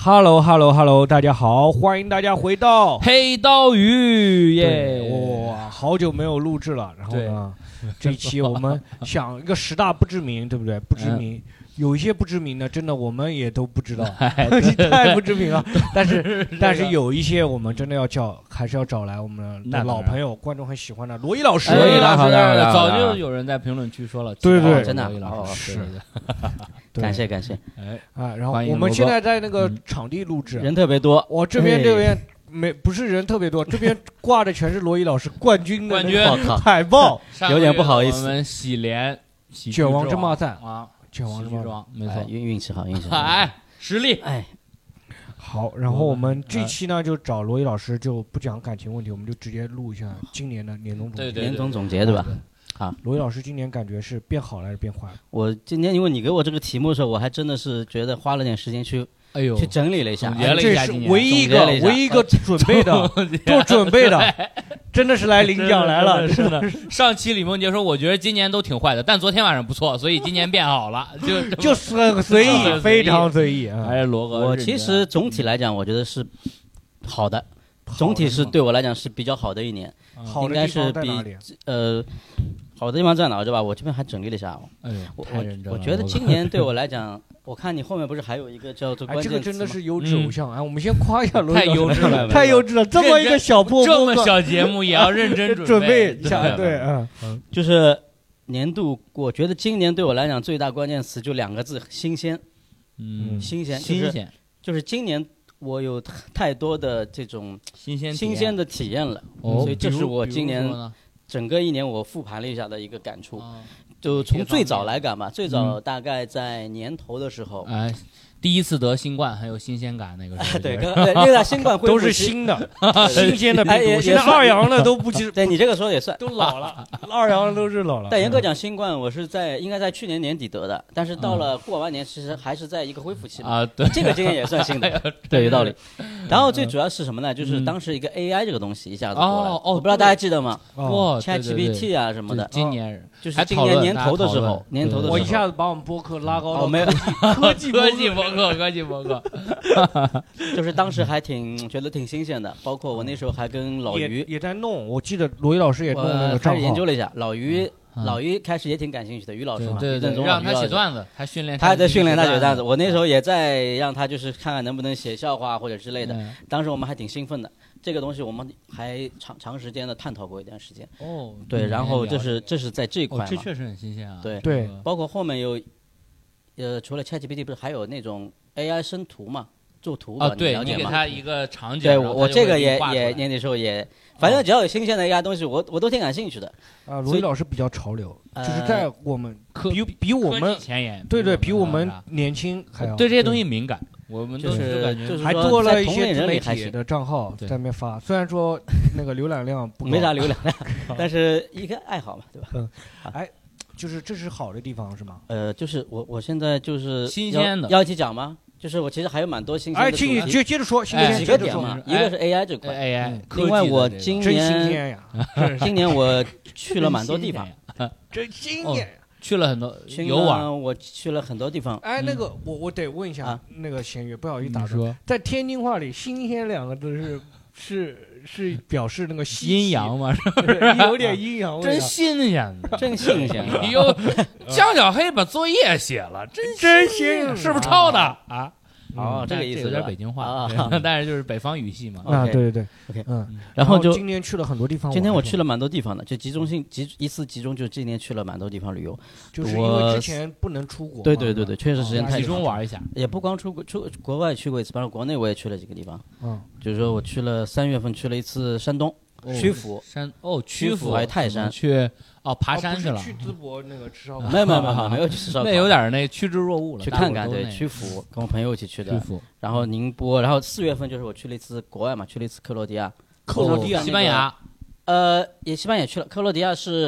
Hello，大家好，欢迎大家回到黑刀鱼耶！ 哇，好久没有录制了。然后呢，这一期我们想一个10大不知名，对不对？不知名，有一些不知名的，真的我们也都不知道，太不知名了。但是有一些我们真的要还是要找来我们的老朋友，观众很喜欢的罗伊老师。 罗伊老师，早就有人在评论区说了， 对， 真的是。 感谢， 然后我们现在在那个场地录制， 人特别多。 我这边不是人特别多，这边挂的全是罗伊老师冠军海报， 有点不好意思。 我们喜连卷王争霸赛啊， 卷王争霸， 没错， 运气好， 实力好。然后我们这期呢就找罗伊老师，就不讲感情问题，我们就直接录一下今年的年终总结。 年终总结对吧？ 啊，罗伊老师今年感觉是变好了还是变坏了？ 我今年因为你给我这个题目的时候，我还真的是觉得花了点时间去整理了一下， 这是唯一一个准备的，做准备的，真的是来领奖来了， 真的。上期李梦洁说，我觉得今年都挺坏的，但昨天晚上不错，所以今年变好了， 就很随意，非常随意。 还是罗哥， 我其实总体来讲，我觉得是好的，总体是对我来讲是比较好的一年，应该是比好的地方在哪，对吧？我这边还整理了一下。我觉得今年对我来讲，我看你后面不是还有一个叫做关键词吗？ 这个真的是优质偶像我们先夸一下罗伊， 太优质了， 太优质了！这么一个小破这么小节目也要认真准备一下，对， 就是年度，我觉得今年对我来讲最大关键词就2个字：新鲜。新鲜，就是今年我有太多的这种新鲜的体验了，所以这是我今年整个一年我复盘了一下的一个感触。就从最早来讲吧，最早大概在年头的时候， 第一次得新冠很有新鲜感，那个时候对，那个新冠都是新的，新鲜的病毒。现在二阳的都不记， 对你这个说的也算， 都老了，二阳的都是老了。 但严格讲，新冠我是应该在去年年底得的，但是到了过完年，其实还是在一个恢复期嘛。 对， 这个经验也算新的，对，有道理。然后最主要是什么呢？就是当时一个 AI 这个东西一下子过来，我不知道大家记得吗？ChatGPT 啊什么的， 今年就是今年年头的时候， 我一下子把我们播客拉高了， 没有科技播客， 就是当时还觉得挺新鲜的，包括我那时候还跟老于也在弄，我记得罗伊老师也弄那个账号， 研究了一下，老于开始也挺感兴趣的，于老师嘛， 对，让他写段子，他在训练他写段子，我那时候也在让他就是看看能不能写笑话或者之类的，当时我们还挺兴奋的，这个东西我们还长时间的探讨过一段时间。对，然后这是在这一块嘛， 这确实很新鲜啊。 对，包括后面有除了 ChatGPT 不是还有那种 AI 生图嘛，做图吧， 对，你给他一个场景， 对我这个也那时候也，反正只要有新鲜的 AI 东西，我都挺感兴趣的。 罗伊老师比较潮流，就是在我们比我们前沿， 对，比我们年轻还要对这些东西敏感。我们就是还多了一些自媒体的账号在那边发，虽然说那个浏览量不高， 没啥流量量，但是一个爱好嘛，对吧？ 就是这是好的地方是吗？ 就是我现在就是新鲜的， 要一起讲吗？就是我其实还有蛮多新鲜的。 请你接着说， 几个点嘛，一个是 AI 这块 ，AI， 另外我今年我去了蛮多地方， 真新鲜。 去了很多游玩， 我去了很多地方。 那个我得问一下，那个咸鱼，不好意思打断，在天津话里，“新鲜”2个字是表示那个阴阳吗？ 有点阴阳味。 真新鲜， 真新鲜。 哟，江小黑把作业写了，真新鲜，是不是抄的啊？ 这个意思有点北京话，但是就是北方语系嘛。 对 ，OK，然后今年去了很多地方。 今天我去了蛮多地方的，就一次集中，就今年去了蛮多地方旅游。 就是因为之前不能出国。 对，确实时间太长。 集中玩一下， 也不光出国外去过一次，反正国内我也去了几个地方。就是说我去了3月份去了一次山东曲阜。 曲阜还泰山去。爬山去了。 去淄博那个吃烧烤。 没有去吃烧烤。 那有点那趋之若鹜了。 去看看，对，曲阜跟我朋友一起去的。然后宁波，然后4月份就是我去了一次国外嘛，去了一次克罗地亚。 西班牙。 西班牙也去了。克罗地亚是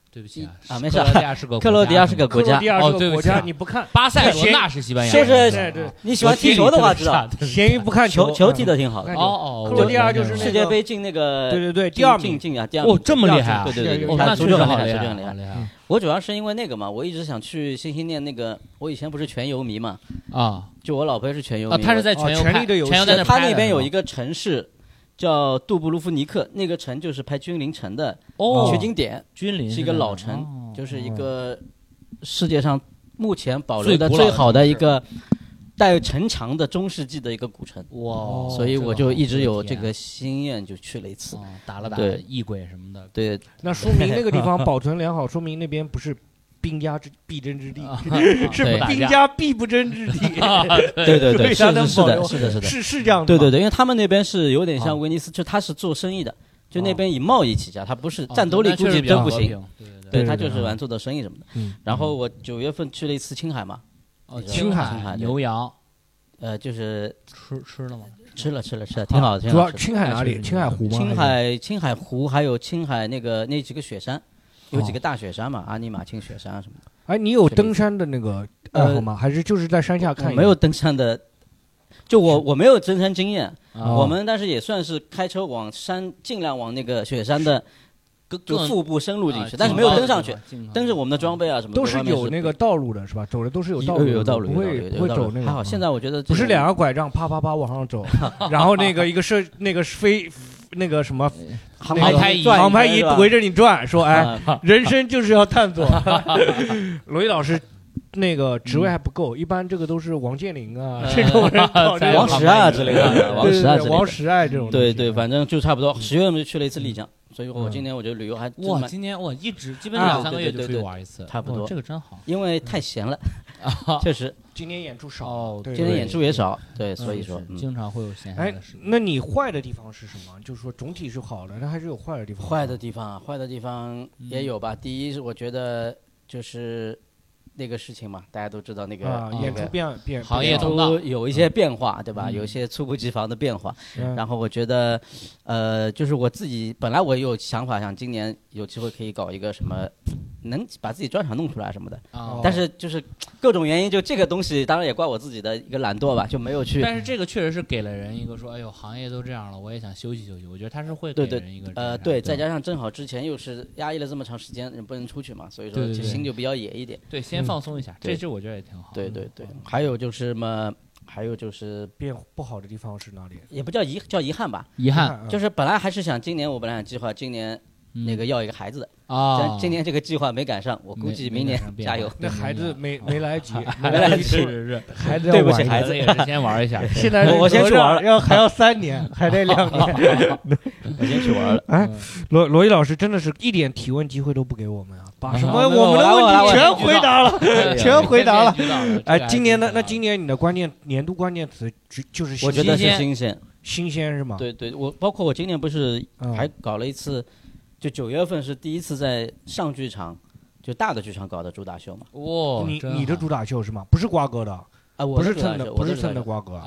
对不起啊，没事。 克罗地亚是个国家， 哦，对不起， 你不看巴塞罗那是西班牙， 就是你喜欢踢球的话知道， 咸鱼不看球踢得挺好的。 克罗地亚就是世界杯进那个， 对，第二名进啊， 哦，这么厉害， 对， 那足球很厉害。我主要是因为那个嘛，我一直想去心心念那个，我以前不是全游迷嘛，就我老婆是全游迷， 他是在权力的游戏， 他那边有一个城市。叫杜布卢夫尼克，那个城就是拍《君临城》的取景点， 君临是一个老城，就是一个世界上目前保留的最好的一个带城墙的中世纪的一个古城。 哇！ 所以我就一直有这个心愿，就去了一次， 打异鬼什么的。 对， 那说明那个地方保存良好，说明那边不是兵家必争之地，是兵家必不争之地。 对，是这样。对，因为他们那边是有点像威尼斯，就他是做生意的，就那边以贸易起家，他不是战斗力估计真不行。对，他就是玩做的生意什么的。然后我9月份去了一次青海嘛， 青海牛羊， 就是吃了吗？ 吃了，挺好的。 主要青海哪里？青海湖吗？ 青海湖还有青海那几个雪山。有几个大雪山嘛，阿尼玛卿雪山什么的。 哎，你有登山的那个爱好吗？还是就是在山下看？ 没有登山的，就我没有登山经验。我们但是也算是开车往山，尽量往那个雪山的就腹部深入进去，但是没有登上去。登着我们的装备啊什么都是有那个道路的是吧？走的都是有道路，不会走那个。 还好，现在我觉得不是2个拐杖啪啪啪往上走，然后那个一个飞。那个什么航拍仪围着你转，说哎，人生就是要探索。罗毅老师那个职位还不够，一般这个都是王健林啊这种人， 王石爱之类的， 王石爱这种。 对，反正就差不多。10月份就去了一次丽江，所以我今年我觉得旅游还今年我一直基本上2-3个月就出去玩一次， 差不多。 这个真好， 因为太闲了，确实。 今年演出少， 今年演出也少，对，所以说经常会有闲暇的时间。 那你坏的地方是什么？就是说总体是好的，但还是有坏的地方。 坏的地方也有吧。第一是我觉得就是那个事情嘛，大家都知道那个演出变行业都有一些变化，对吧？有一些猝不及防的变化。然后我觉得就是我自己本来我有想法，想今年有机会可以搞一个什么。能把自己专场弄出来什么的，但是就是各种原因，就这个东西当然也怪我自己的一个懒惰吧，就没有去。 但是这个确实是给了人一个说，哎呦，行业都这样了，我也想休息休息。我觉得他是会给人一个对，再加上正好之前又是压抑了这么长时间，人不能出去嘛，所以说心就比较野一点。 对，先放松一下，这我觉得也挺好。 对，还有就是变不好的地方是哪里？ 也不叫遗憾吧， 遗憾就是本来还是想我本来想计划今年。那个要一个孩子的今年这个计划没赶上，我估计明年加油。 那孩子没来及， 是孩子对不起孩子， 也是先玩一下。 现在我先去玩了， 还要3年，还得2年。 我先去玩了。 哎，罗毅老师真的是一点提问机会都不给我们啊，把什么我们的问题全回答了，全回答了。哎，今年你的年度关键词就是我觉得是新鲜是吗？ 对，包括我今年不是还搞了一次。就9月份是第一次在上剧场，就大的剧场搞的主打秀嘛。 哇， 你的主打秀是吗？不是瓜哥的啊，不是蹭的瓜哥。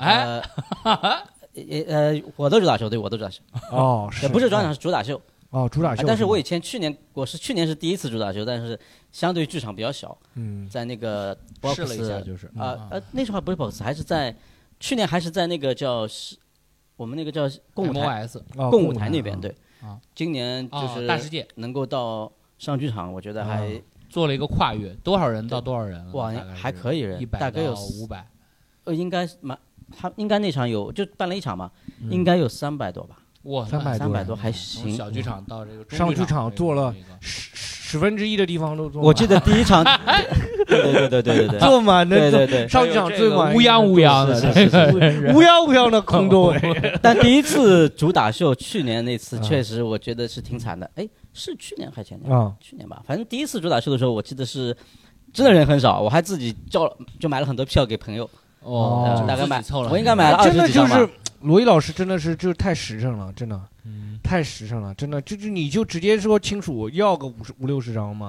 我的主打秀，对，我的主打秀。 哦， 不是专场，是主打秀。 哦，主打秀。 但是我去年是第一次主打秀，但是相对剧场比较小。在那个 box 试了一下，就是那时候还不是 box， 还是在去年还是在那个叫我们那个叫共舞台共舞台那边对。今年就是大世界能够到上剧场，我觉得还做了一个跨越，多少人到多少人？ 哇，还可以人，大概有 500， 应该他应该那场有就办了一场嘛，应该有300多吧。 哇 ，300多还行。 小剧场到这个上剧场做了1/10的地方都做。 我记得第一场，对， 坐满的， 对， 上剧场最满， 乌泱的， 乌泱的空座位。 但第一次主打秀，去年那次确实我觉得是挺惨的。哎，是去年还前年？去年吧，反正第一次主打秀的时候，我记得是真的人很少，我还自己就买了很多票给朋友。大概我应该买了20几张吧。 罗毅老师真的是就是太实诚了，真的，太实诚了，真的就是你就直接说清楚要个50-60张嘛，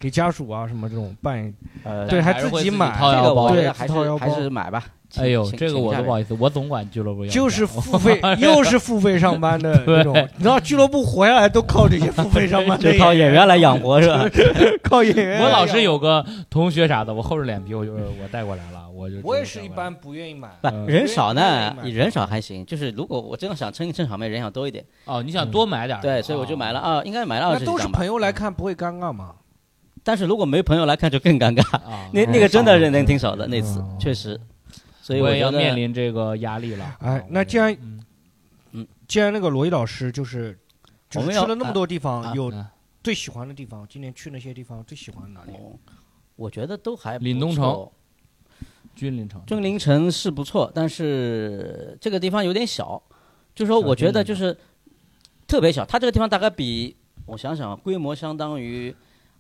给家属啊什么这种办， 对， 还自己买， 这个我觉得还是买吧。 哎呦，这个我都不好意思，我总管俱乐部就是付费，又是付费上班的那种。你知道俱乐部活下来都靠这些付费上班， 就靠演员来养活是吧？ 靠演员。 我老是有个同学啥的，我厚着脸皮，我带过来了， 我也是一般不愿意买。 不，人少呢，人少还行。就是如果我真的想撑一撑场面，人想多一点。 哦，你想多买点。 对，所以我就买了啊，应该买了20几张吧。 那都是朋友来看，不会尴尬吗？ 但是如果没朋友来看，就更尴尬。那个真的人挺少的那次，确实。所以我也要面临这个压力了。 哎，那既然那个罗毅老师就是去了那么多地方，有最喜欢的地方，今年去那些地方最喜欢哪里？ 我觉得都还不错。 凛东城、 君临城是不错，但是这个地方有点小，就是说我觉得就是特别小。它这个地方大概比我想想，规模相当于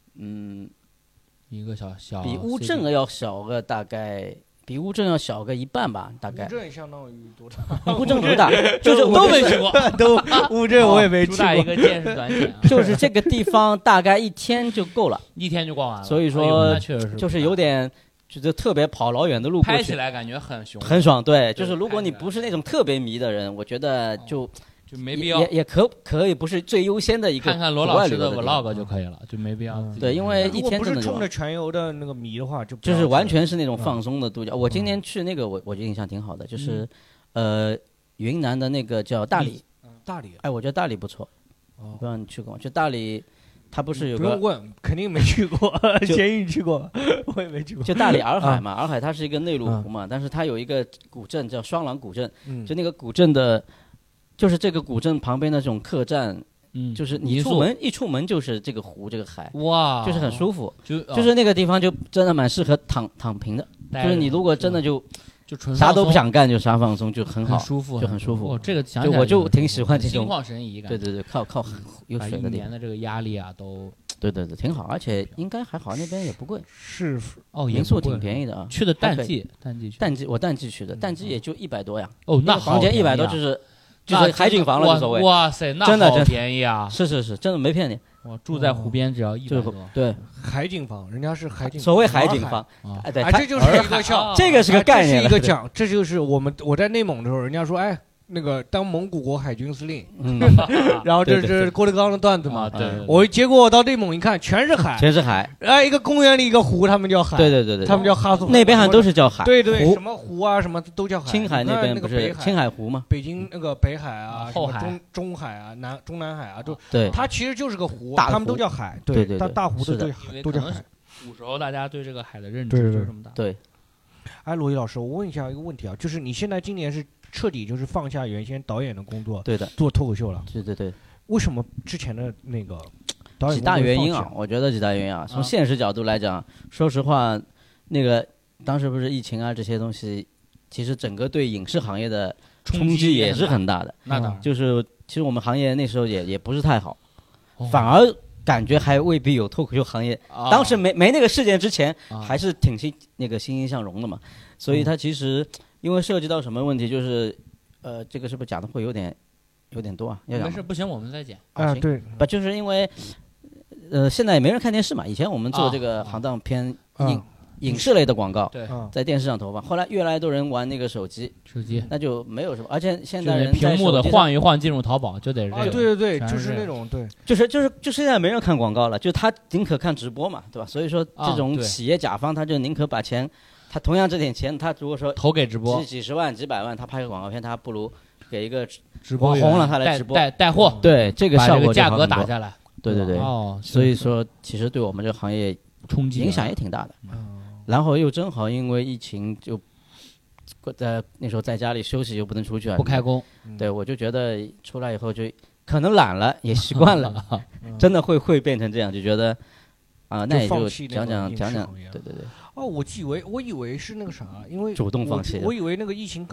一个小比乌镇要小个大概。比乌镇要小个一半吧，大概。 乌镇相当于多大？ 乌镇多大？就是都没去过， 都乌镇我也没去过。 主打一个见识短浅。 就是这个地方大概1天就够了 ，1天就逛完了。 所以说，就是有点觉得特别跑老远的路过去， 拍起来感觉很雄， 很爽。对，就是如果你不是那种特别迷的人，我觉得就没必要， 也可以不是最优先的一个。 看看罗老师的 vlog 就可以了，就没必要。 对，因为1天真的不是冲着全游的那个迷的话， 就是完全是那种放松的度假。我今年去那个，我印象挺好的，就是云南的那个叫大理。 大理， 哎，我觉得大理不错。不知道你去过吗？就大理，它不是有个？ 不用问，肯定没去过。监狱去过，我也没去过。 就大理洱海嘛，洱海它是一个内陆湖嘛，但是它有一个古镇叫双廊古镇，就那个古镇的。就是这个古镇旁边的这种客栈，就是你一出门就是这个湖这个海， 哇， 就是很舒服，就是那个地方就真的蛮适合躺平的，就是你如果真的就啥都不想干，就啥放松就很好， 舒服， 就很舒服。 哦，这个想起来我就挺喜欢这种心旷神怡感觉。 对，靠有水的地方。 一年的这个压力啊，都对，挺好，而且应该还好，那边也不贵， 是哦， 民宿挺便宜的啊。 去的淡季我淡季去的，淡季也就100多呀。 哦，那房间100多就是海景房了，无所谓。 哇塞，那真的好便宜啊！ 是，真的没骗你。 我住在湖边，只要100多。 对， 海景房，人家是海景。 所谓海景房， 哎，对，这就是一个这个是个概念， 这是一个讲，这就是我在内蒙的时候，人家说，哎。那个当蒙古国海军司令，然后这是郭德纲的段子嘛？ 对。 我结果我到内蒙一看，全是海，哎，一个公园里一个湖，他们叫海。 对， 他们叫哈苏。 那边好像都是叫海。 对，什么湖啊，什么都叫海。 青海那边不是青海湖吗？ 北京那个北海啊， 后海、 中海啊、中南海啊，都对。 它其实就是个湖， 他们都叫海。 对， 大湖都叫海。 古时候大家对这个海的认知就是这么大。 对。 哎，罗毅老师，我问一下一个问题啊，就是你现在今年是彻底就是放下原先导演的工作， 对的， 做脱口秀了。 对。 为什么之前的那个导演几大原因啊？我觉得几大原因啊。从现实角度来讲，说实话，那个当时不是疫情啊这些东西，其实整个对影视行业的冲击也是很大的。 那当然， 就是其实我们行业那时候也不是太好，反而感觉还未必有脱口秀行业。当时没那个事件之前，还是挺欣欣向荣的嘛。所以它其实因为涉及到什么问题，就是这个是不是讲的会有点多啊？要讲没事，不行我们再剪啊。对， 不就是因为现在也没人看电视嘛。以前我们做这个行当偏影视类的广告，在电视上投放。后来越来越多人玩那个手机，那就没有什么。而且现在人屏幕的晃一晃进入淘宝就得这个。对，就是那种对， 就现在没人看广告了，就他宁可看直播嘛，对吧？所以说这种企业甲方他就宁可把钱。他同样这点钱，他如果说投给直播， 几十万、几百万，他拍个广告片，他不如给一个直播红了他来直播带货， 对这个效果价格打下来。 对。哦，所以说其实对我们这个行业冲击影响也挺大的。然后又正好因为疫情，就在那时候在家里休息，又不能出去， 不开工。 对，我就觉得出来以后就可能懒了，也习惯了，真的会变成这样，就觉得。那也就讲讲，对。 哦，我以为是那个啥，因为主动放弃。 我以为那个疫情刚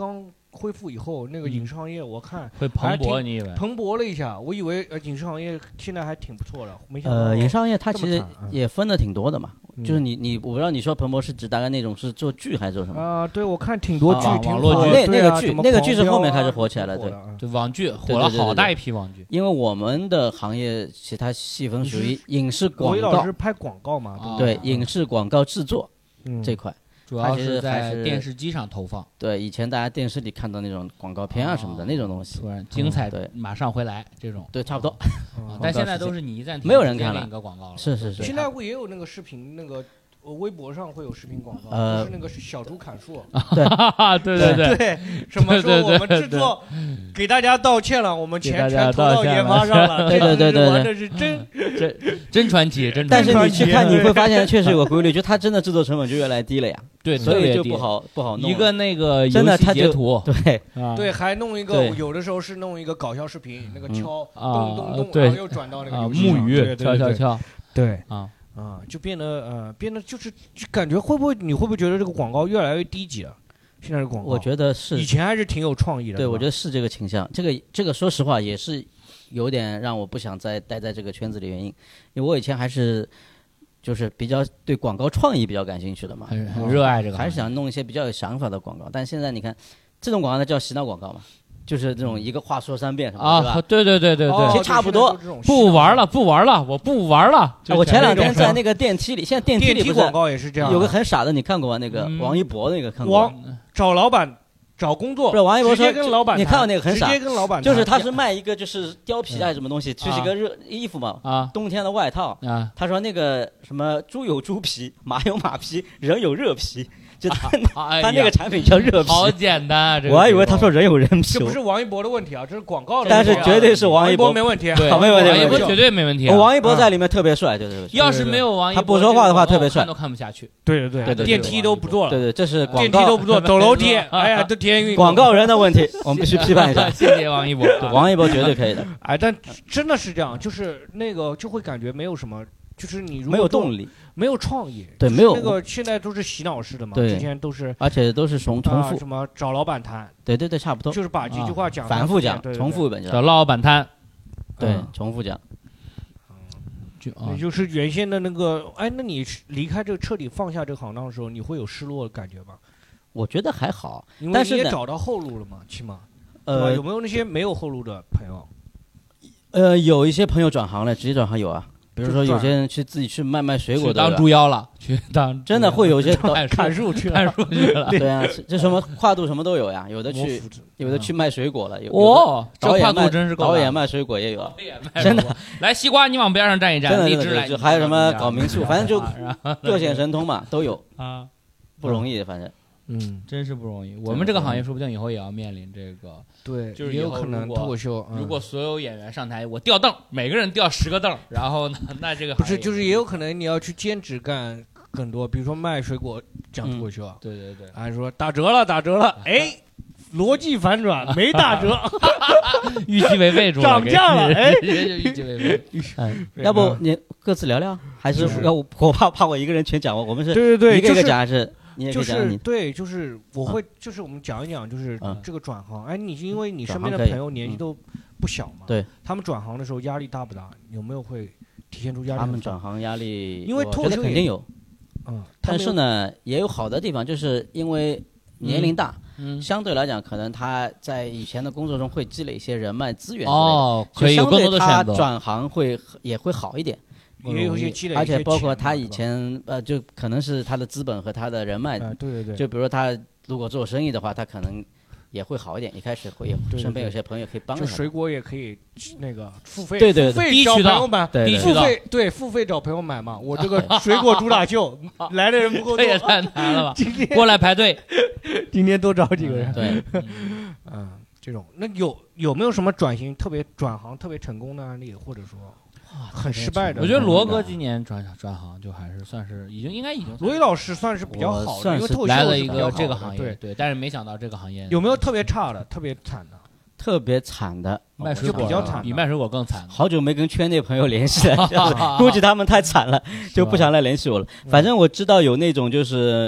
恢复以后，那个影视行业我看会蓬勃，你以为蓬勃了一下？我以为影视行业现在还挺不错的，没想到影视行业它其实也分的挺多的嘛。就是我不知道你说蓬勃是指大概那种是做剧还是做什么啊？对，我看挺多剧， 网络剧， 那个剧是后面开始火起来了， 对，网剧火了好大一批网剧。 因为我们的行业其他细分属于影视广告， 老师拍广告嘛， 对，影视广告制作这块。 主要是在电视机上投放， 对，以前大家电视里看到那种广告片啊什么的那种东西， 突然精彩，对，马上回来这种， 对，差不多。 但现在都是你一暂停， 没有人看了， 一个广告了， 是。 现在也有那个视频，那个微博上会有视频广告，就是那个小猪砍树，对，什么说我们制作给大家道歉了，我们钱全投到研发上了， 对， 玩的是真传奇，真传奇。 但是你去看，你会发现确实有个规律，就它真的制作成本就越来越低了呀。 对， 所以就不好弄。 一个那个游戏截图， 对，还弄一个，有的时候是弄一个搞笑视频，那个敲咚咚咚，然后又转到那个木鱼敲， 对就变得就是感觉你会不会觉得这个广告越来越低级了？现在的广告， 我觉得是， 以前还是挺有创意的。 对，我觉得是这个倾向。这个说实话也是有点让我不想再待在这个圈子里原因，因为我以前还是。就是比较对广告创意比较感兴趣的嘛， 很热爱这个， 还是想弄一些比较有想法的广告。但现在你看，这种广告呢叫洗脑广告嘛，就是这种一个话说3遍什么的， 对， 其实差不多。 不玩了，我不玩了。 我前2天在那个电梯里，现在电梯里广告也是这样， 有个很傻的，你看过吗？那个王一博那个看过？ 找老板。找工作不是王一博说， 直接跟老板你看到那个很傻， 直接跟老板就是他是卖一个就是貂皮还是什么东西，就是一个热衣服嘛，冬天的外套。他说那个什么猪有猪皮，马有马皮，人有热皮。就他那个产品叫热皮， 好简单啊！ 我还以为他说人有人皮， 这不是王一博的问题啊，这是广告的问题。但是绝对是王一博没问题， 没问题， 王一博绝对没问题。 王一博在里面特别帅，对。 要是没有王一博， 他不说话的话特别帅， 都看不下去。 对，电梯都不坐了。 对，这是电梯都不坐，走楼梯，哎呀，都体验运动。 广告人的问题，我们必须批判一下。 谢谢王一博， 王一博绝对可以的。 哎，但真的是这样，就是那个就会感觉没有什么。就是你如果没有动力， 没有创意， 对，没有那个现在都是洗脑式的嘛，之前都是， 而且都是重复， 什么找老板谈， 对，差不多， 就是把几句话讲， 反复讲，重复一本， 找老板谈， 对，重复讲， 也就是原先的那个，哎，那你离开这个彻底放下这个行当的时候，你会有失落的感觉吗？ 我觉得还好， 但是你也找到后路了嘛，起码，有没有那些没有后路的朋友？有一些朋友转行了，直接转行有啊。比如说，有些人自己去卖水果的， 当猪妖了，去当真的会有一些砍树去了， 对啊，这什么跨度什么都有呀，有的去卖水果了， 这跨度真是够导演卖水果也有，真的。 来，西瓜，你往边上站一站，荔枝来， 还有什么搞民宿，反正就各显神通嘛，都有啊， 不容易，反正。 真是不容易。我们这个行业说不定以后也要面临这个， 对， 就是也有可能脱口秀。 如果所有演员上台，我调凳，每个人调10个凳，然后呢，那这个不是，就是也有可能你要去兼职干更多，比如说卖水果讲脱口秀。 对， 还说打折了，哎，逻辑反转，没打折， 预期违背， 涨价了，哎， 预期违背。 要不你各自聊聊，还是要我怕我一个人全讲完？我们是对， 一个一个讲还是？ 就是对，就是我会，就是我们讲一讲，就是这个转行。哎，因为你身边的朋友年纪都不小嘛， 对， 他们转行的时候压力大不大？有没有会体现出压力？ 他们转行压力， 因为脱口秀肯定有，但是呢，也有好的地方，就是因为年龄大，相对来讲，可能他在以前的工作中会积累一些人脉资源之类的， 可以有更多的选择， 转行也会好一点。 也有些积累， 而且包括他以前就可能是他的资本和他的人脉， 对， 就比如说他如果做生意的话，他可能也会好一点。一开始会身边有些朋友可以帮他， 就水果也可以那个付费， 对， 低渠道买， 低渠道， 对，付费找朋友买嘛。我这个水果主打秀来的人不够多， 这也太难了吧？过来排队， 今天多找几个人。 对， 这种那有没有什么转行特别成功的案例，或者说？很失败的， 我觉得罗哥今年转行就还是算是应该罗毅老师算是比较好的，因为脱口秀来了一个这个行业，对，但是没想到这个行业有没有特别差的、特别惨的？ 特别惨的卖水果比较惨， 比卖水果更惨。 好久没跟圈内朋友联系了，估计他们太惨了，就不想来联系我了。反正我知道有那种就是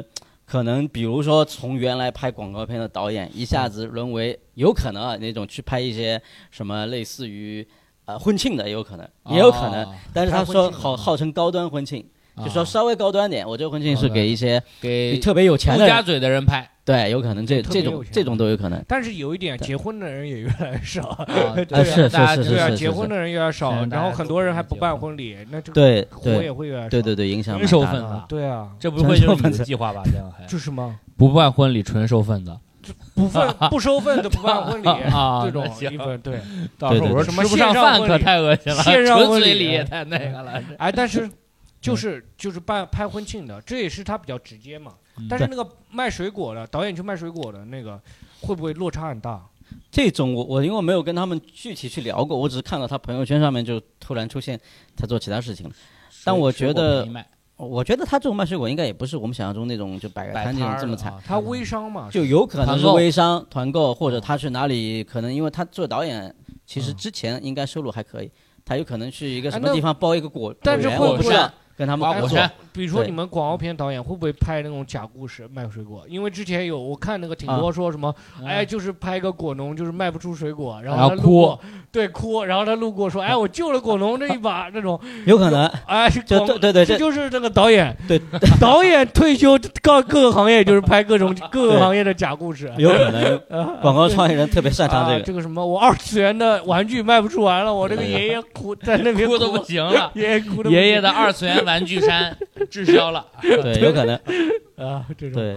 可能比如说从原来拍广告片的导演，一下子沦为有可能那种去拍一些什么类似于婚庆的，也有可能，但是他说号称高端婚庆。就说稍微高端点，我这个婚庆是给一些特别有钱的陆家嘴的人拍， 对，有可能这种都有可能。 但是有一点，结婚的人也越来越少。 是， 结婚的人越来越少，然后很多人还不办婚礼，那这个活也会越来越少。对，影响纯收份子。 对啊， 这不会就是你的计划吧？这样还就是吗？ 不办婚礼，纯收份子。 不收份子不办婚礼这种对， 到时候我说吃不上饭可太恶心了， 线上婚礼也太那个了。 哎，但是。就是拍婚庆的，这也是他比较直接嘛。但是那个卖水果的导演去卖水果的那个，会不会落差很大？ 这种我因为没有跟他们具体去聊过，我只是看到他朋友圈上面就突然出现他做其他事情了。但我觉得他这种卖水果应该也不是我们想象中那种就摆个摊这种这么惨。 他微商嘛， 就有可能是微商团购，或者他去哪里可能因为他做导演，其实之前应该收入还可以，他有可能去一个什么地方包一个果园， 但是会不会？ 跟他们合作， 比如说你们广告片导演会不会拍那种假故事卖水果？因为之前我看那个挺多说什么，就是拍个果农就是卖不出水果，然后他哭，对哭，然后他路过说，我救了果农这一把，这种有可能，对， 这就是这个导演， 对， 导演退休各个行业就是拍各个行业的假故事， 有可能，广告创意人特别擅长这个， 这个什么我2次元的玩具卖不出完了，我这个爷爷哭在那边哭都不行了， 爷爷哭的， 爷爷的2次元玩具衫滞销了， 对，有可能这种对，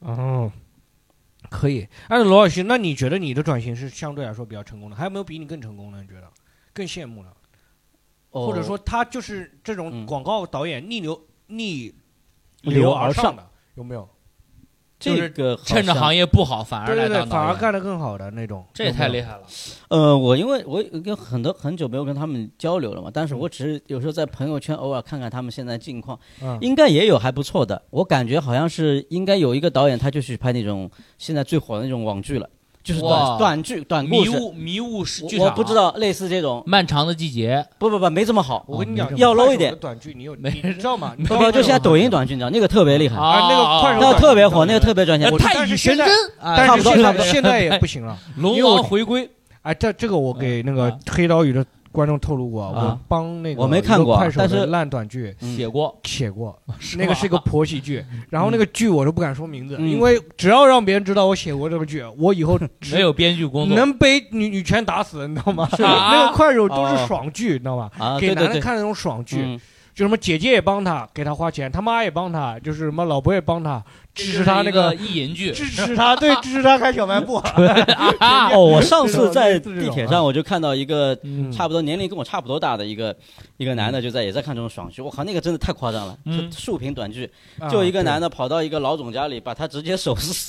可以。按照罗老师，那你觉得你的转型是相对来说比较成功的？还有没有比你更成功的？你觉得更羡慕的？或者说他就是这种广告导演逆流而上的，有没有？ 就是趁着行业不好反而来当反而干得更好的那种， 这也太厉害了。 我因为我跟很久没有跟他们交流了嘛，但是我只是有时候在朋友圈偶尔看看他们现在近况，应该也有还不错的。我感觉好像是应该有一个导演，他就去拍那种现在最火的那种网剧了。就是短剧、短故事， 迷雾剧场，我不知道类似这种漫长的季节， 不，没这么好。 我跟你讲， 要 low 一点。 短剧你知道吗？ 不，就现在抖音短剧，你知道那个特别厉害啊，那个快手那个特别火，那个特别赚钱。 太乙玄真， 但是现在也不行了， 龙王回归。 这个我给那个黑岛屿的观众透露过，我帮那个我没看过快手的烂短剧写过， 那个是个婆媳剧，然后那个剧我都不敢说名字，因为只要让别人知道我写过这个剧，我以后没有编剧工作， 能被女权打死，你知道吗？那个快手都是爽剧，你知道吗？给男人看那种爽剧，就什么姐姐也帮他，给他花钱，他妈也帮他，就是什么老婆也帮他。支持他那个意淫剧， 支持他开小卖部。 我上次在地铁上我就看到一个差不多年龄跟我差不多大的一个男的也在看这种爽剧，我靠，那个真的太夸张了，竖屏短剧，就一个男的跑到一个老总家里，把他直接手撕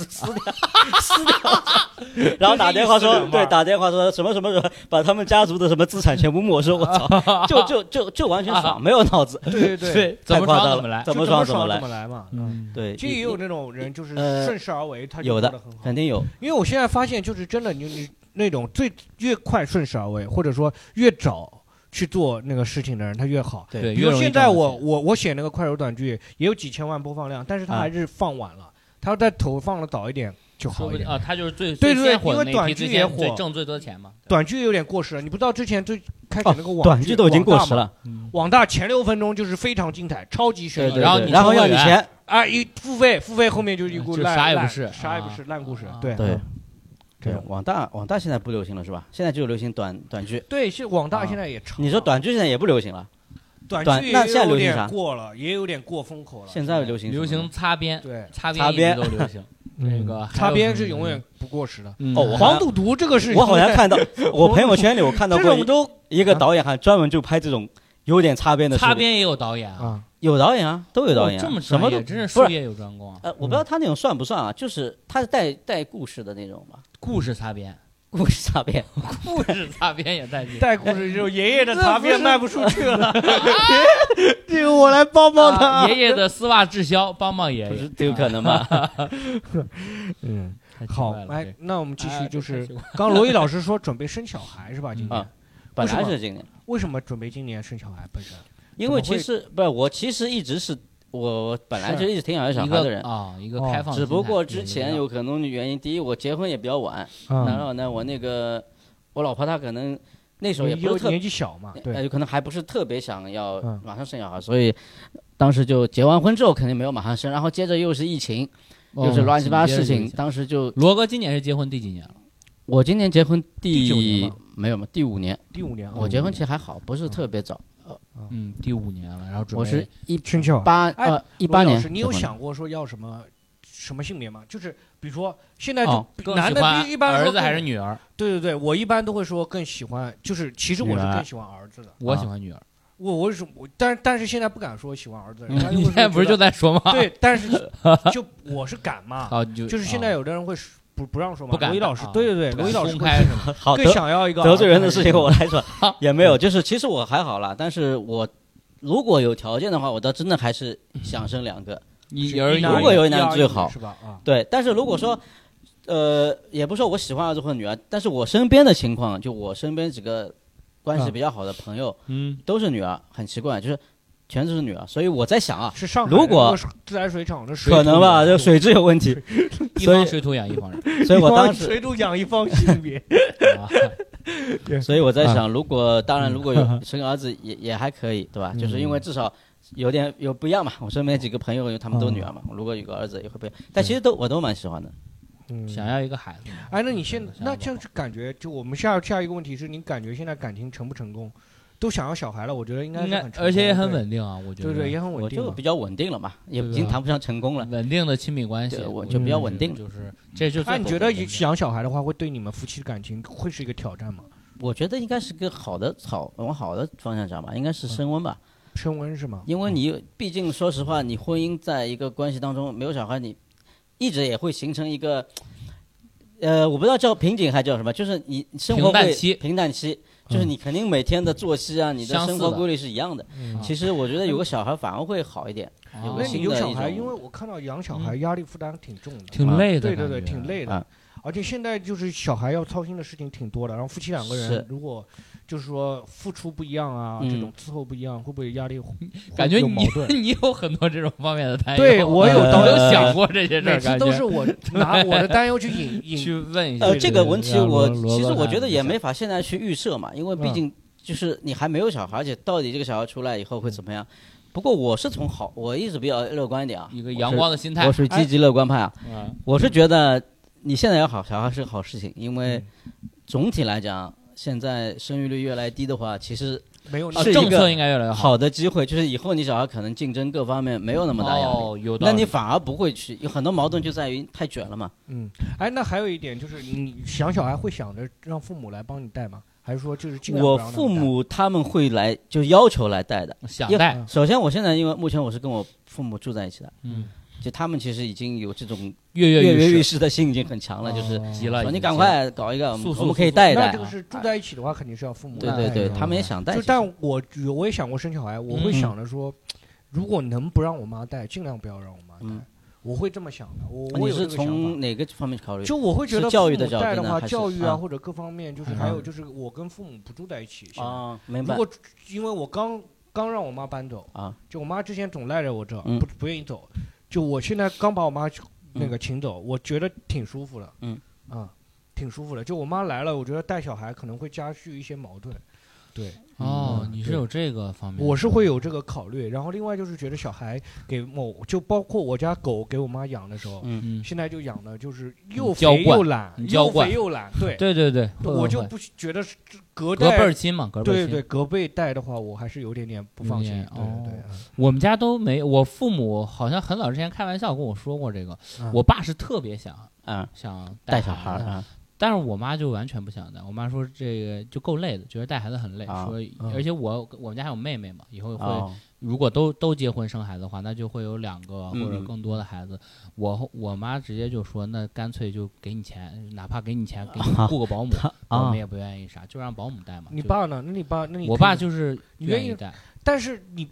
掉，然后打电话说什么把他们家族的什么资产全部没收，我操，就完全爽，没有脑子， 对， 太夸张了， 怎么爽怎么来嘛， 对， 就也有那种人就是顺势而为，他有的肯定有， 因为我现在发现就是真的，你那种越快顺势而为，或者说越早去做那个事情的人，他越好。 对， 比如现在我写那个快手短剧也有几千万播放量，但是他还是放晚了，他要再投放的早一点就好一点啊。他就是最对， 因为短剧也火， 挣最多钱嘛。 短剧有点过时了，你不知道之前最开始那个短剧都已经过时了， 网大前6分钟就是非常精彩，超级悬疑， 然后要你钱。 一付费后面就一股啥也不是烂故事。对， 网大现在不流行了是吧？现在就流行短剧。 对，是网大现在也长。 你说短剧现在也不流行了？ 短剧那现在流行啥？ 过了，也有点过风口了。 现在流行擦边， 对， 擦边都流行。那个擦边是永远不过时的。 黄赌毒这个事情， 我好像看到，我朋友圈里我看到过一个导演还专门就拍这种有点擦边的。 擦边也有导演啊。 有导演啊，都有导演， 这么什么都真是术业有专攻啊！ 我不知道他那种算不算啊？就是他是带故事的那种吧？ 故事擦边， 故事擦边， 故事擦边也带劲。 带故事就爷爷的擦边卖不出去了，这个我来帮他。 爷爷的丝袜滞销，帮爷爷， 这有可能吗？ 好，那我们继续，就是刚罗毅老师说准备生小孩是吧？今年本来是今年， 为什么准备今年生小孩？本身？ 因为其实不是我，其实一直是我本来就一直挺想要小孩的人一个开放， 只不过之前有可能的原因，第一我结婚也比较晚，然后呢我老婆她可能那时候也不是年纪小嘛，对， 有可能还不是特别想要马上生小孩，所以当时就结完婚之后肯定没有马上生，然后接着又是疫情，又是乱七八糟事情，当时就罗哥今年是结婚第几年了？ 我今年结婚第9年没有嘛，第5年。 第5年， 我结婚其实还好，不是特别早。 第5年了，然后我是 18 年。 你有想过说要什么性别吗？就是比如说现在就男的一般儿子还是女儿？ 对，我一般都会说更喜欢，就是其实我是更喜欢儿子的。 我喜欢女儿。 我是但是现在不敢说喜欢儿子。 你现在不是就在说吗？ 对，但是就我是敢嘛。就是现在有的人会不让说嘛。罗伊老师，对，罗伊老师公开是吗？ 好， 更想要一个得罪人的事情我来说也没有，就是其实我还好啦，但是我如果有条件的话，我倒真的还是想生2个。如果有一男最好， 是吧？ 对，但是如果说也不是说我喜欢儿子或者女儿，但是我身边的情况，就我身边几个关系比较好的朋友，都是女儿，很奇怪，就是全都是女儿，所以我在想啊， 是上海如果自来水厂的水可能吧，这水质有问题， 一方水土养一方人， 所以我当时水土养一方性别， 所以我在想，如果有生个儿子也还可以，对吧？就是因为至少有不一样嘛。我身边几个朋友他们都女儿嘛，如果有个儿子也会不一样，但其实我都蛮喜欢的。 想要一个孩子。 哎，那你那就是感觉，就我们下一个问题是你感觉现在感情成不成功？都想要小孩了，我觉得应该是很成功， 而且也很稳定啊，我觉得。 对，也很稳定。 我就比较稳定了嘛，也已经谈不上成功了。 稳定的亲密关系， 我就比较稳定。 那你觉得养小孩的话，会对你们夫妻的感情会是一个挑战吗？ 我觉得应该是个往好的方向讲吧，应该是升温吧。 升温是吗？ 因为你毕竟说实话，你婚姻在一个关系当中没有小孩，你一直也会形成一个，我不知道叫瓶颈还叫什么，就是你生活会平淡期，就是你肯定每天的作息啊，你的生活规律是一样的。其实我觉得有个小孩反而会好一点。 那你有小孩，因为我看到养小孩压力负担挺重的， 挺累的。 对，挺累的。而且现在就是小孩要操心的事情挺多的，然后夫妻2个人如果就是说付出不一样啊，这种伺候不一样，会不会压力感觉有矛盾？ 你有很多这种方面的担忧。 对，我有想过这些事儿， 每次都是我拿我的担忧去去问一下。 这个问题其实我觉得也没法现在去预设嘛，因为毕竟就是你还没有小孩，而且到底这个小孩出来以后会怎么样？不过我是我一直比较乐观一点啊， 一个阳光的心态， 我是积极乐观派啊。我是觉得你现在要小孩是个好事情，因为总体来讲，现在生育率越来越低的话，其实没有政策应该越来越好的机会，就是以后你小孩可能竞争各方面没有那么大压力，那你反而不会去，有很多矛盾就在于太卷了嘛。 那还有一点就是，你想小孩会想着让父母来帮你带吗？还是说就是我父母他们会来，就要求来带的， 想带。 首先，我现在因为目前我是跟我父母住在一起的，就他们其实已经有这种跃跃欲试的心已经很强了，就是急了， 你赶快搞一个，我们可以带一带。 那这个是住在一起的话，肯定是要父母带。 对，他们也想带。 但我也想过生小孩，我会想着说，如果能不让我妈带，尽量不要让我妈带。我会这么想的。 你是从哪个方面考虑？ 就我会觉得教育的带的话， 教育啊或者各方面，就是还有就是我跟父母不住在一起。 明白。 如果因为我刚让我妈搬走就我妈之前总赖着我这，不愿意走。就我现在刚把我妈那个请走，我觉得挺舒服的。挺舒服的。就我妈来了，我觉得带小孩可能会加剧一些矛盾。对。 你是有这个方面？ 我是会有这个考虑。然后另外就是觉得小孩就包括我家狗给我妈养的时候，现在就养的就是又肥又懒，又肥又懒。 对， 我就不觉得隔辈儿亲嘛， 对，隔辈带的话，我还是有点不放心。对， 我们家都没，我父母好像很早之前开玩笑跟我说过这个。我爸是特别想带小孩但是我妈就完全不想带。我妈说这个就够累的，觉得带孩子很累。说而且我们家还有妹妹嘛，以后会如果都结婚生孩子的话，那就会有2个或者更多的孩子。我妈直接就说，那干脆就给你钱，哪怕给你钱，给你雇个保姆，我们也不愿意啥，就让保姆带嘛。 你爸呢？那你爸我爸就是愿意带， 但是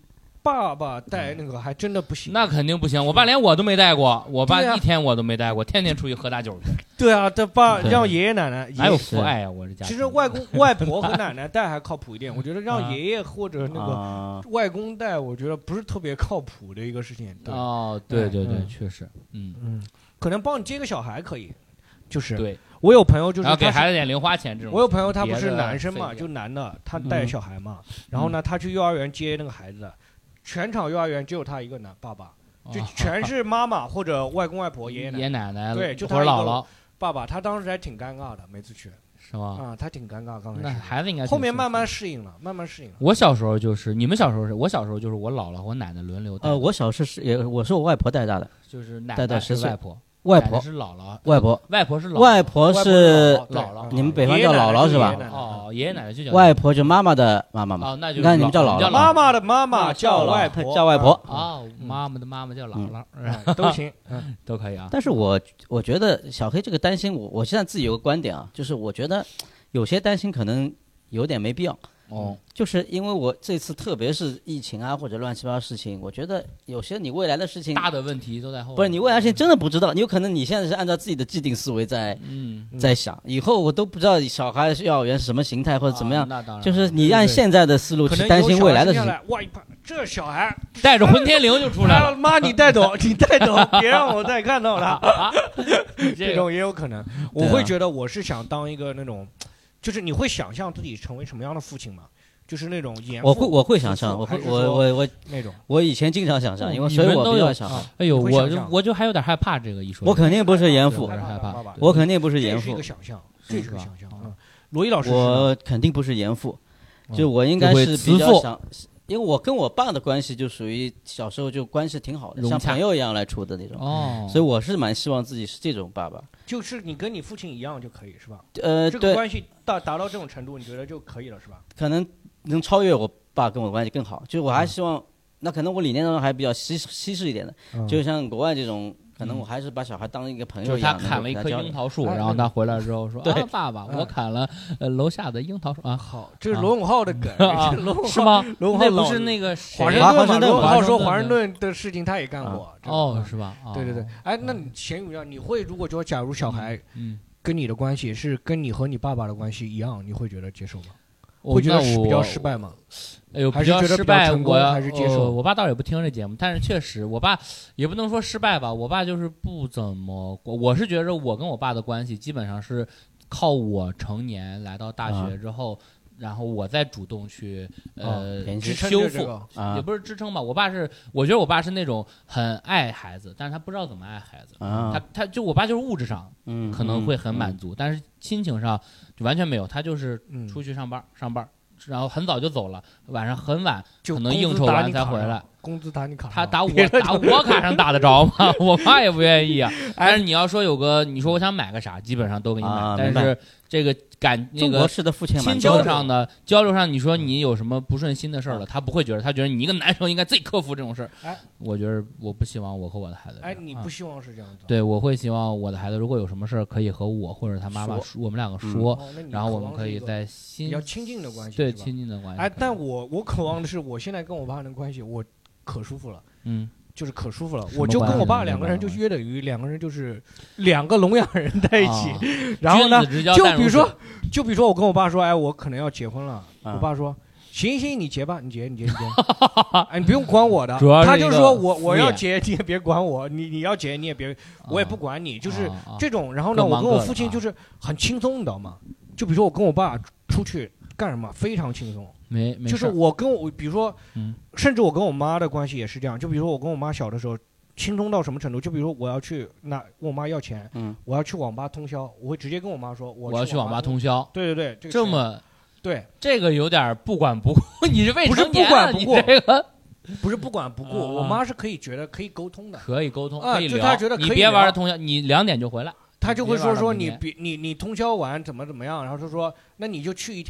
爸爸带那个还真的不行。 那肯定不行，我爸连我都没带过，我爸一天我都没带过，天天出去喝大酒去。 对啊，他爸让爷爷奶奶哪有父爱啊？我这家其实外公外婆和奶奶带还靠谱一点，我觉得让爷爷或者那个外公带，我觉得不是特别靠谱的一个事情。 哦，对对对，确实， 可能帮你接个小孩可以，就是对。 我有朋友就是然后给孩子点零花钱这种。 我有朋友他不是男生嘛，就男的，他带小孩嘛，然后呢，他去幼儿园接那个孩子，全场幼儿园只有他一个男爸爸，就全是妈妈或者外公外婆、爷爷奶奶，对，就他姥姥、 爸爸，他当时还挺尴尬的，每次去。 是吗？ 啊，他挺尴尬，刚开始。 那孩子应该后面慢慢适应了，慢慢适应了。 我小时候就是，你们小时候是？我小时候就是我姥姥和我奶奶轮流带。 我小时候我是我外婆带大的， 就是奶奶是外婆。 外婆是姥姥， 外婆是姥姥， 外婆是姥姥， 你们北方叫姥姥是吧？ 哦，爷爷奶奶就叫外婆，就妈妈的妈妈嘛。 哦，那就你看你们叫姥姥， 妈妈的妈妈叫外婆， 叫外婆。 哦，妈妈的妈妈叫姥姥， 都行， 都可以啊。 但是我觉得小黑这个担心，我现在自己有个观点啊，就是我觉得有些担心可能有点没必要。就是因为我这次特别是疫情啊或者乱七八糟事情，我觉得有些你未来的事情大的问题都在后面， 不是你未来事情真的不知道，你有可能你现在是按照自己的既定思维在想，以后我都不知道小孩幼儿园是什么形态或者怎么样，就是你按现在的思路去担心未来的事情。 哇，这小孩带着混天绫就出来了， 妈你带走，你带走，别让我再看到了。这种也有可能，我会觉得我是想当一个那种。就是你会想象自己成为什么样的父亲吗？就是那种严父。 我会想象，我那种。 我以前经常想象，因为所以我比较想。 哎呦，我就还有点害怕这个一说。 我肯定不是严父， 害怕。 我肯定不是严父。 这是一个想象，这是个想象。罗毅老师， 我肯定不是严父，就我应该是比较想。因为我跟我爸的关系就属于小时候就关系挺好的，像朋友一样来处的那种。所以我是蛮希望自己是这种爸爸。 就是你跟你父亲一样就可以是吧？ 这个关系达到这种程度，你觉得就可以了是吧？ 可能能超越我爸跟我关系更好。就是我还希望，那可能我理念上还比较西式一点的，就像国外这种。可能我还是把小孩当一个朋友一样。 他砍了一棵樱桃树，然后他回来之后说：“啊，爸爸，我砍了楼下的樱桃树啊。” 好，这是罗永浩的梗是吗？ 罗永浩那不是那个华盛顿罗永浩说华盛顿的事情他也干过。 哦，是吧？ 对对对。哎，那你咸鱼啊，你会如果说假如小孩跟你的关系是跟你和你爸爸的关系一样，你会觉得接受吗？会觉得比较失败吗？ 哎呦，比较失败，我还是接受。 我爸倒也不听这节目，但是确实，我爸也不能说失败吧，我爸就是不怎么。我是觉着我跟我爸的关系基本上是靠我成年来到大学之后，然后我再主动去修复，也不是支撑吧。我觉得我爸是那种很爱孩子，但是他不知道怎么爱孩子。他就我爸就是物质上可能会很满足，但是亲情上就完全没有。他就是出去上班。然后很早就走了，晚上很晚可能应酬完才回来。 工资打你卡上， 他打我卡上打得着吗？我妈也不愿意啊。但是你要说你说我想买个啥，基本上都给你买。但是这个那个亲情上的交流上，你说你有什么不顺心的事了，他不会觉得，他觉得你一个男生应该自己克服这种事儿。我觉得我不希望我和我的孩子。 你不希望是这样子？ 对，我会希望我的孩子如果有什么事儿可以和我或者他妈妈我们两个说，然后我们可以在比较亲近的关系。 对，亲近的关系。 但我渴望的是，我现在跟我爸的关系，我可舒服了。就是可舒服了。我就跟我爸两个人就约等于两个人就是两个聋哑人在一起。然后呢，就比如说我跟我爸说，哎，我可能要结婚了。我爸说，行，你结吧，你结。哎，你不用管我的。他就说我要结，你也别管我。你要结，你也别，我也不管你。就是这种。然后呢，我跟我父亲就是很轻松，你知道吗？就比如说我跟我爸出去干什么，非常轻松。就是比如说，甚至我跟我妈的关系也是这样。就比如说我跟我妈小的时候，轻松到什么程度？就比如说我要去问我妈要钱，我要去网吧通宵，我会直接跟我妈说，我要去网吧通宵。 对， 这么对， 这个有点不管不顾。你是未成年， 不是不管不顾， 这个不是不管不顾。我妈是可以觉得可以沟通的， 可以沟通，可以聊。 她觉得你别玩通宵，你2点就回来。 他就会说你通宵完怎么样，然后就说那你就去一天，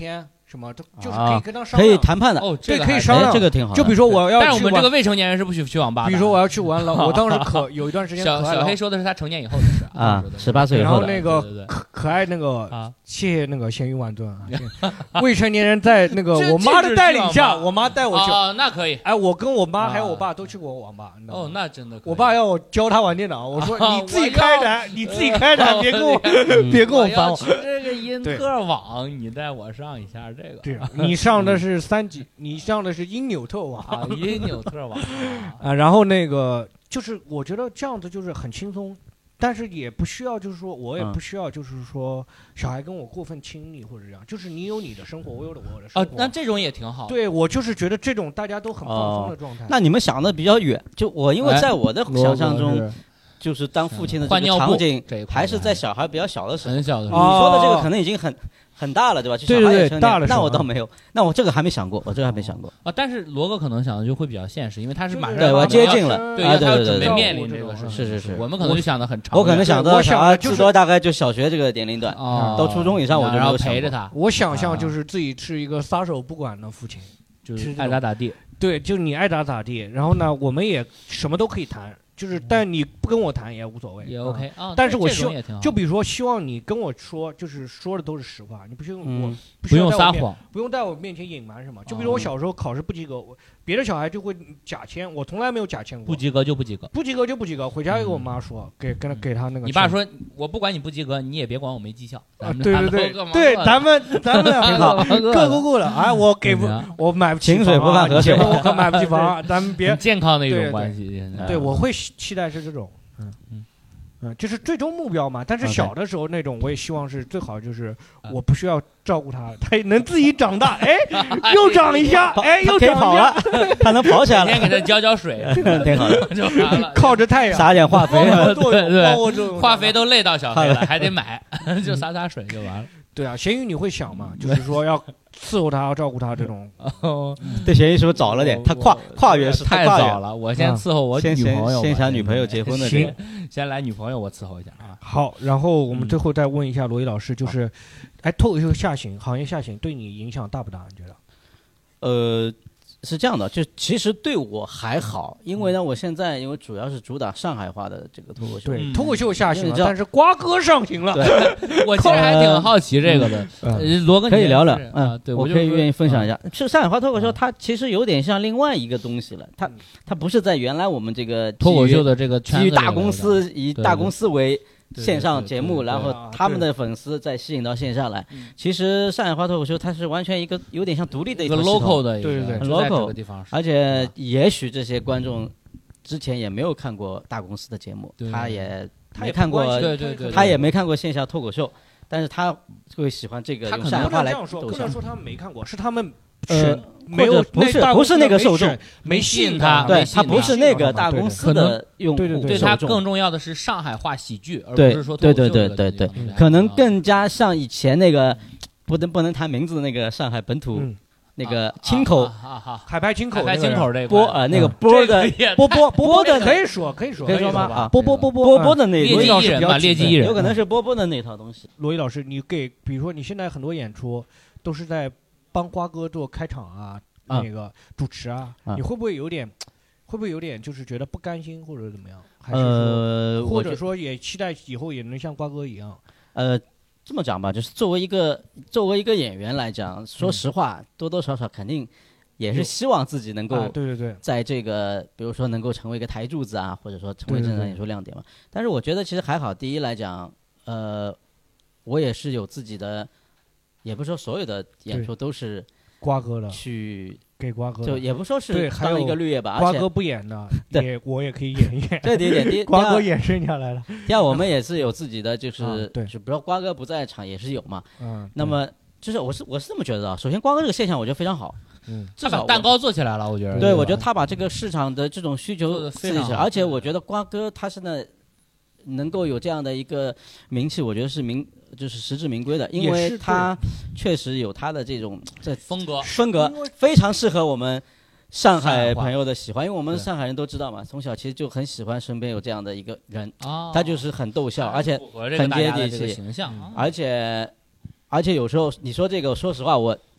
什么，就是可以跟他商量， 可以谈判的。 哦， 对，可以商量， 这个挺好。 就比如说我要， 但是我们这个未成年人是不许去网吧的。 比如说我要去玩了，我当时有一段时间小黑说的是他成年以后的事啊 ，18岁以后的。 然后那个可爱那个，谢谢那个咸鱼万吨啊，未成年人在那个我妈的带领下，我妈带我去。 哦，那可以。 哎，我跟我妈还有我爸都去过网吧。 哦，那真的可以。 我爸要我教他玩电脑，我说你自己开展，你自己开展，别跟我烦我。 这个因特网，你带我上一下这个。 对，你上的是3级，你上的是因纽特网啊，因纽特网啊。然后那个就是我觉得这样子就是很轻松，但是也不需要，就是说我也不需要，就是说小孩跟我过分亲密或者这样，就是你有你的生活，我有我的生活。 那这种也挺好。 对，我就是觉得这种大家都很放松的状态。 那你们想的比较远，就我因为在我的想象中。就是当父亲的这个场景，还是在小孩比较小的时候。 很小的时候。 你说的这个可能已经很大了，对吧？ 对对对，大了。 那我倒没有，那我这个还没想过， 啊。但是罗哥可能想的就会比较现实，因为他是马上对我接近了， 对，他要准备面临这个事情。 是。 我们可能就想的很长。 我可能想到小孩至多大概就小学这个年龄段，到初中以上我就然后陪着他。 我想象就是自己是一个撒手不管的父亲， 就是爱咋地。 对，就你爱咋地。然后呢，我们也什么都可以谈。就是，但你不跟我谈也无所谓， 也 OK 啊。 但是我希望，就比如说，希望你跟我说，就是说的都是实话，你不需要我不用撒谎， 不用在我面前隐瞒什么。就比如我小时候考试不及格，别的小孩就会假签，我从来没有假签过。 不及格就不及格， 不及格就不及格。回家给我妈说，给他那个。 你爸说，我不管你不及格，你也别管我没绩效。 对，咱们挺好，各过顾了。哎，我买不起井水不犯河水， 我可买不起房，咱们别健康的一种关系。 对，我会期待是这种。就是最终目标嘛。但是小的时候那种，我也希望是最好，就是我不需要照顾他，他能自己长大。哎，又长一下，哎，又长跑了，他能跑起来了。 每天给他浇水， 挺好的， 就完了。 靠着太阳， 撒点化肥， 对，化肥都累到小黑了，还得买，就洒水就完了。 对啊，咸鱼你会想嘛？就是说要伺候他，要照顾他这种。 对，咸鱼是不是早了点？他跨越是太早了。我先伺候我女朋友， 先想女朋友结婚的。 行， 先来女朋友，我伺候一下啊。 好，然后我们最后再问一下罗伊老师，就是，脱口秀下行，行业下行对你影响大不大？你觉得？ 是这样的，就其实对我还好，因为呢，我现在因为主要是主打上海话的这个脱口秀， 对，脱口秀下行了，但是瓜哥上行了。 对，我其实还挺好奇这个的，罗哥可以聊聊， 对， 我可以愿意分享一下。是上海话脱口秀，它其实有点像另外一个东西了，它不是在原来我们这个脱口秀的这个基于大公司以大公司为线上节目，然后他们的粉丝再吸引到线下来。其实上海话脱口秀它是完全一个有点像独立的一个 local 的， 对对很 local 的地方。而且也许这些观众之前也没有看过大公司的节目，他也没看过，他也没看过线下脱口秀，但是他会喜欢这个用上海话来抖不能说他们没看过，是他们没有不是那个受众没吸引他， 对他不是那个大公司的用户， 对他更重要的是上海话喜剧，而不是说脱口秀。 对，可能更加像以前那个不能谈名字的那个上海本土那个清口海派清口这个那个波的波的可以说吗？啊， 波的那劣迹艺人嘛，劣迹艺人有可能是波的那套东西。 罗伊老师，你比如说你现在很多演出都是在帮瓜哥做开场啊，那个主持啊，你会不会有点就是觉得不甘心或者怎么样？还是说或者说也期待以后也能像瓜哥一样？ 这么讲吧，就是作为一个演员来讲，说实话，多多少少肯定也是希望自己能够在这个比如说能够成为一个台柱子啊，或者说成为正常演出亮点嘛。但是我觉得其实还好，第一来讲，我也是有自己的。也不是说所有的演出都是瓜哥的， 去给瓜哥， 就也不说是当一个绿叶吧。 瓜哥不演的，对，我也可以演一演。 这第一点， 瓜哥演剩下来了。 第二，我们也是有自己的，就是就比如说瓜哥不在场也是有嘛。那么就是我是这么觉得啊。首先，瓜哥这个现象我觉得非常好。 至少蛋糕做起来了，我觉得。 对，我觉得他把这个市场的这种需求刺激起来，而且我觉得瓜哥他现在能够有这样的一个名气，我觉得是就是实至名归的，因为他确实有他的这种风格非常适合我们上海朋友的喜欢，因为我们上海人都知道嘛，从小其实就很喜欢身边有这样的一个人，他就是很逗笑，而且很接地气， 形象， 而且有时候你说这个，说实话，我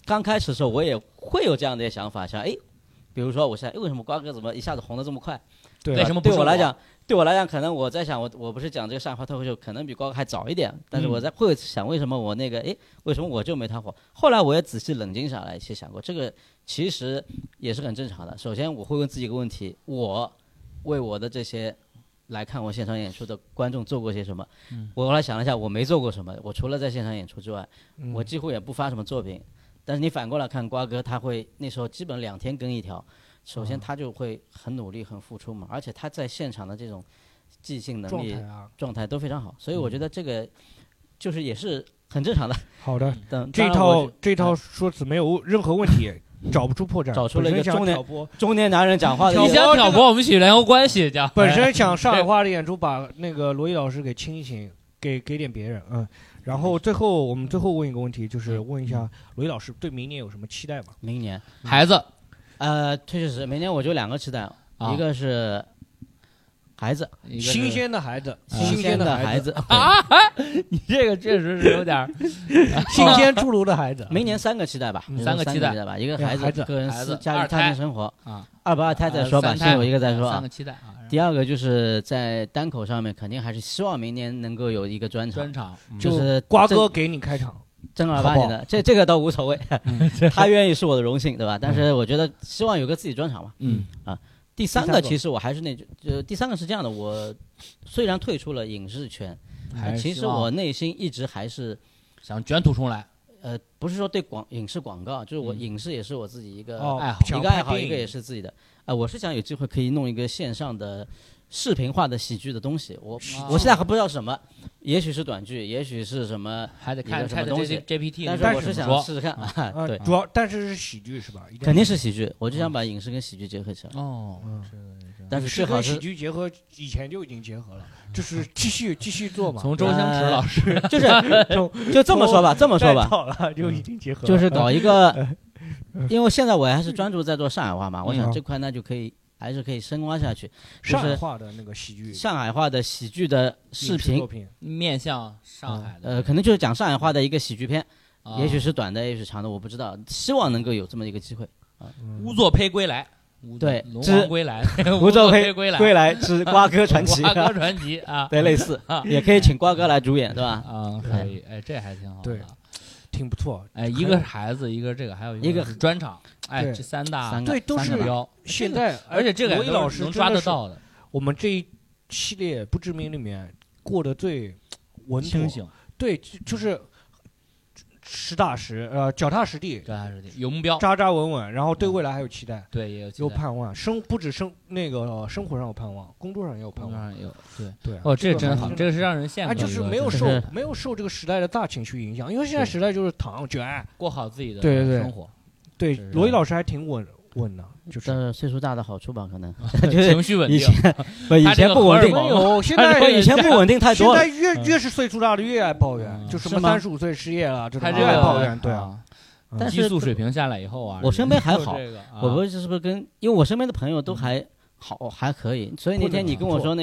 刚开始的时候我也会有这样的一些想法，想比如说我想为什么瓜哥怎么一下子红得这么快？ 对，为什么对我来讲，可能我在想，我不是讲这个上海话脱口秀，可能比瓜哥还早一点，但是我会想，为什么我那个，为什么我就没他火？后来我也仔细冷静下来，去想过，这个其实也是很正常的。首先，我会问自己一个问题：我为我的这些来看我现场演出的观众做过些什么？我后来想了一下，我没做过什么，我除了在现场演出之外，我几乎也不发什么作品。但是你反过来看瓜哥，他会那时候基本2天更一条。首先他就会很努力很付出嘛，而且他在现场的这种即兴能力状态都非常好，所以我觉得这个就是也是很正常的。 好的，这套说辞没有任何问题，找不出破绽， 找出了一个中年男人讲话的。 你想挑拨我们许联合关系，讲本身想上海话的演出，把那个罗毅老师给清一清，给点别人，然后我们最后问一个问题，就是问一下罗毅老师对明年有什么期待吗？ 明年孩子。 确实，明年我就2个期待，一个是孩子， 新鲜的孩子， 新鲜的孩子你这个确实是有点新鲜出炉的孩子。 明年3个期待吧 ，3个期待吧，一个孩子，个人家庭生活2不2胎再说吧，先有一个再说 3个期待啊。 第二个就是在单口上面，肯定还是希望明年能够有一个专场，就是瓜哥给你开场。 正儿八经的，这个倒无所谓，他愿意是我的荣幸，对吧？但是我觉得希望有个自己专场嘛。第3个其实我还是第3个是这样的，我虽然退出了影视圈，其实我内心一直还是想卷土重来。 不是说对影视广告，就是我影视也是我自己一个爱好，一个也是自己的。我是想有机会可以弄一个线上的视频化的喜剧的东西，我现在还不知道什么，也许是短剧，也许是什么， 还得看什么东西 GPT， 但是我是想试试看对， 主要但是喜剧是吧？ 肯定是喜剧，我就想把影视跟喜剧结合起来。但是最好是喜剧结合，以前就已经结合了，就是继续做嘛。 从周星驰老师就是就这么说吧， 好了就已经结合了， 就是搞一个，因为现在我还是专注在做上海话嘛，我想这块呢就可以。还是可以深挖下去， 上海话的那个喜剧， 上海话的喜剧的视频， 面向上海的， 可能就是讲上海话的一个喜剧片，也许是短的，也许是长的，我不知道，希望能够有这么一个机会。 乌作胚归来， 对， 龙王归来， 乌作胚归来之瓜哥传奇， 瓜哥传奇啊， 对，类似，也可以请瓜哥来主演，对吧？ 可以，这还挺好的。 对。挺不错， 一个孩子，一个这个，还有一个专场，这3大对都是标。 现在， 而且这个罗毅老师能抓得到的。 我们这一系列不知名里面过得最稳清醒， 对，就是实打实，脚踏实地， 有目标， 扎扎稳稳，然后对未来还有期待， 对，也有盼望，不止那个生活上有盼望，工作上也有盼望，对， 这个真好，这个是让人羡慕， 就是没有受这个时代的大情绪影响，因为现在时代就是躺卷， 过好自己的生活， 对，罗毅老师还挺稳的， 就是岁数大的好处吧，可能情绪稳定。 以前不稳定， 没有，现在以前不稳定太多。 现在越是岁数大的越爱抱怨，就什么35岁失业了，他越爱抱怨，对啊。 但是激素水平下来以后啊， 我身边还好，我不是不是因为我身边的朋友都还好，还可以。所以那天你跟我说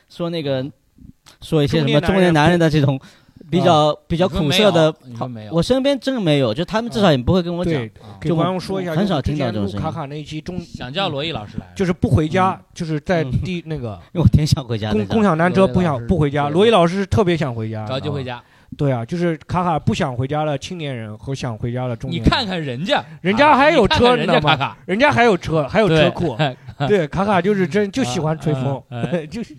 说一些什么中年男人的这种。比较苦涩的，我身边真没有，就他们至少也不会跟我讲。 给观众说一下， 很少听到这种声音。 卡卡那一期想叫罗毅老师来， 就是不回家，就是在那个， 因为我挺想回家的。 共享单车不回家，罗毅老师特别想回家， 着急回家。 对啊，就是卡卡不想回家的青年人和想回家的中年人。 你看看人家还有车，你知道吗？人家还有车，还有车库。对，卡卡就是就喜欢吹风，就是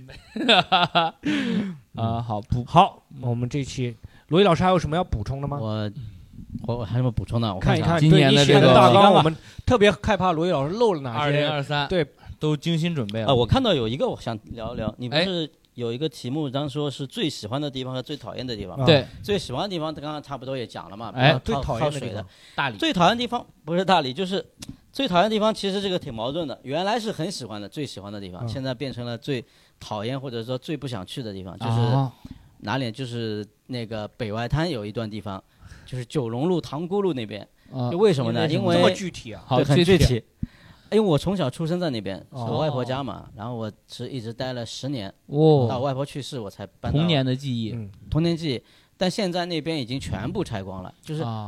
好，我们这期。罗毅老师还有什么要补充的吗？ 我还有什么补充的？我看一看今年的这个大纲，我们特别害怕罗毅老师漏了哪些。 2023 对， 都精心准备了。 我看到有一个我想聊聊，你不是有一个题目，当说是最喜欢的地方和最讨厌的地方。 对， 最喜欢的地方刚刚差不多也讲了嘛。 最讨厌的地方大理。 最讨厌的地方不是大理，就是最讨厌的地方。其实这个挺矛盾的，原来是很喜欢的最喜欢的地方，现在变成了最讨厌或者说最不想去的地方，就是哪里？就是那个北外滩有一段地方，就是九龙路、塘沽路那边。为什么呢？因为这么具体啊， 对，很具体。因为我从小出生在那边，是我外婆家嘛，然后我是一直待了10年，到我外婆去世我才搬到。 童年的记忆， 童年记忆。但现在那边已经全部拆光了，就是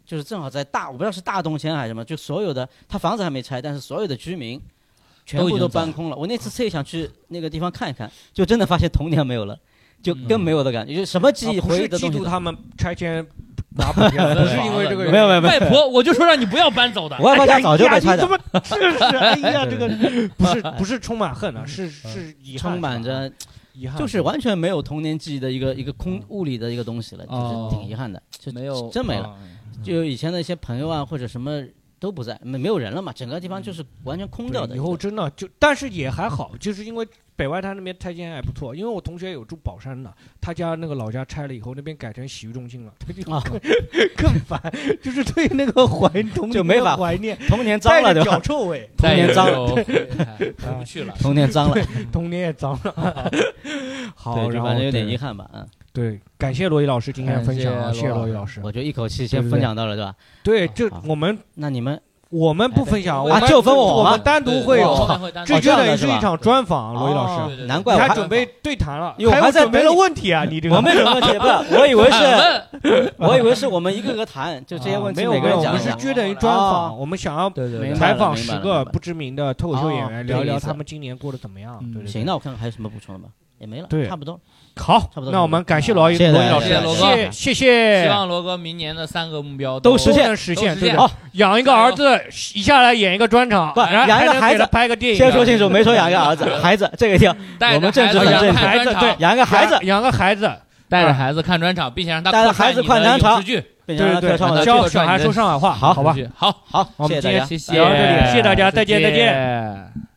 就是正好在我不知道是大动迁还是什么，就所有的他房子还没拆，但是所有的居民全部都搬空了。我那次特意想去那个地方看一看，就真的发现童年没有了，就更没有的感觉，就什么记忆回忆的东西。 不是嫉妒他们拆迁拿补贴，不是因为这个。 没有。 外婆，我就说让你不要搬走的。 外婆家早就被拆的。 是，哎呀，这个不是充满恨啊，是遗憾， 充满着遗憾， 就是完全没有童年记忆的一个物理的一个东西了，就是挺遗憾的，就没有真没了。就以前的一些朋友啊或者什么都不在，没有人了嘛，整个地方就是完全空掉的。 以后真的但是也还好，就是因为北外滩那边拆迁还不错，因为我同学有住宝山的，他家那个老家拆了以后，那边改成洗浴中心了，更烦，就是对那个童年就没法怀念， 童年脏了对吧？ 脚臭味， 童年脏了， 回不去了， 童年脏了， 童年也脏了。好， 然后反正有点遗憾吧， 对，感谢罗伊老师今天的分享，谢谢罗伊老师。 我就一口气先分享到了，对吧？ 对，就我们不分享， 就分我们单独会有，这就等于是一场专访。罗伊老师， 难怪你还准备对谈了， 我还准备了问题啊！你这个我没准备问题，不是，我以为是我们一个个谈，就这些问题每个人讲。 我们是就等于专访，我们想要采访10个不知名的脱口秀演员，聊聊他们今年过得怎么样。 行，那我看看还有什么补充的吗？也没了， 对， 差不多。 好，那我们感谢罗伊老师，谢谢。 希望罗哥明年的3个目标都实现。对，好，养一个儿子，一下来演一个专场， 养一个孩子， 拍个电影。 先说清楚，没说养一个儿子，孩子这个一定。我们政治很正确。 孩子， 对，养一个孩子， 带着孩子看专场，并且让他带着孩子看专场， 对，教小孩说上海话，好吧？ 好， 我们今天谢谢聊到这里，谢谢大家，再见。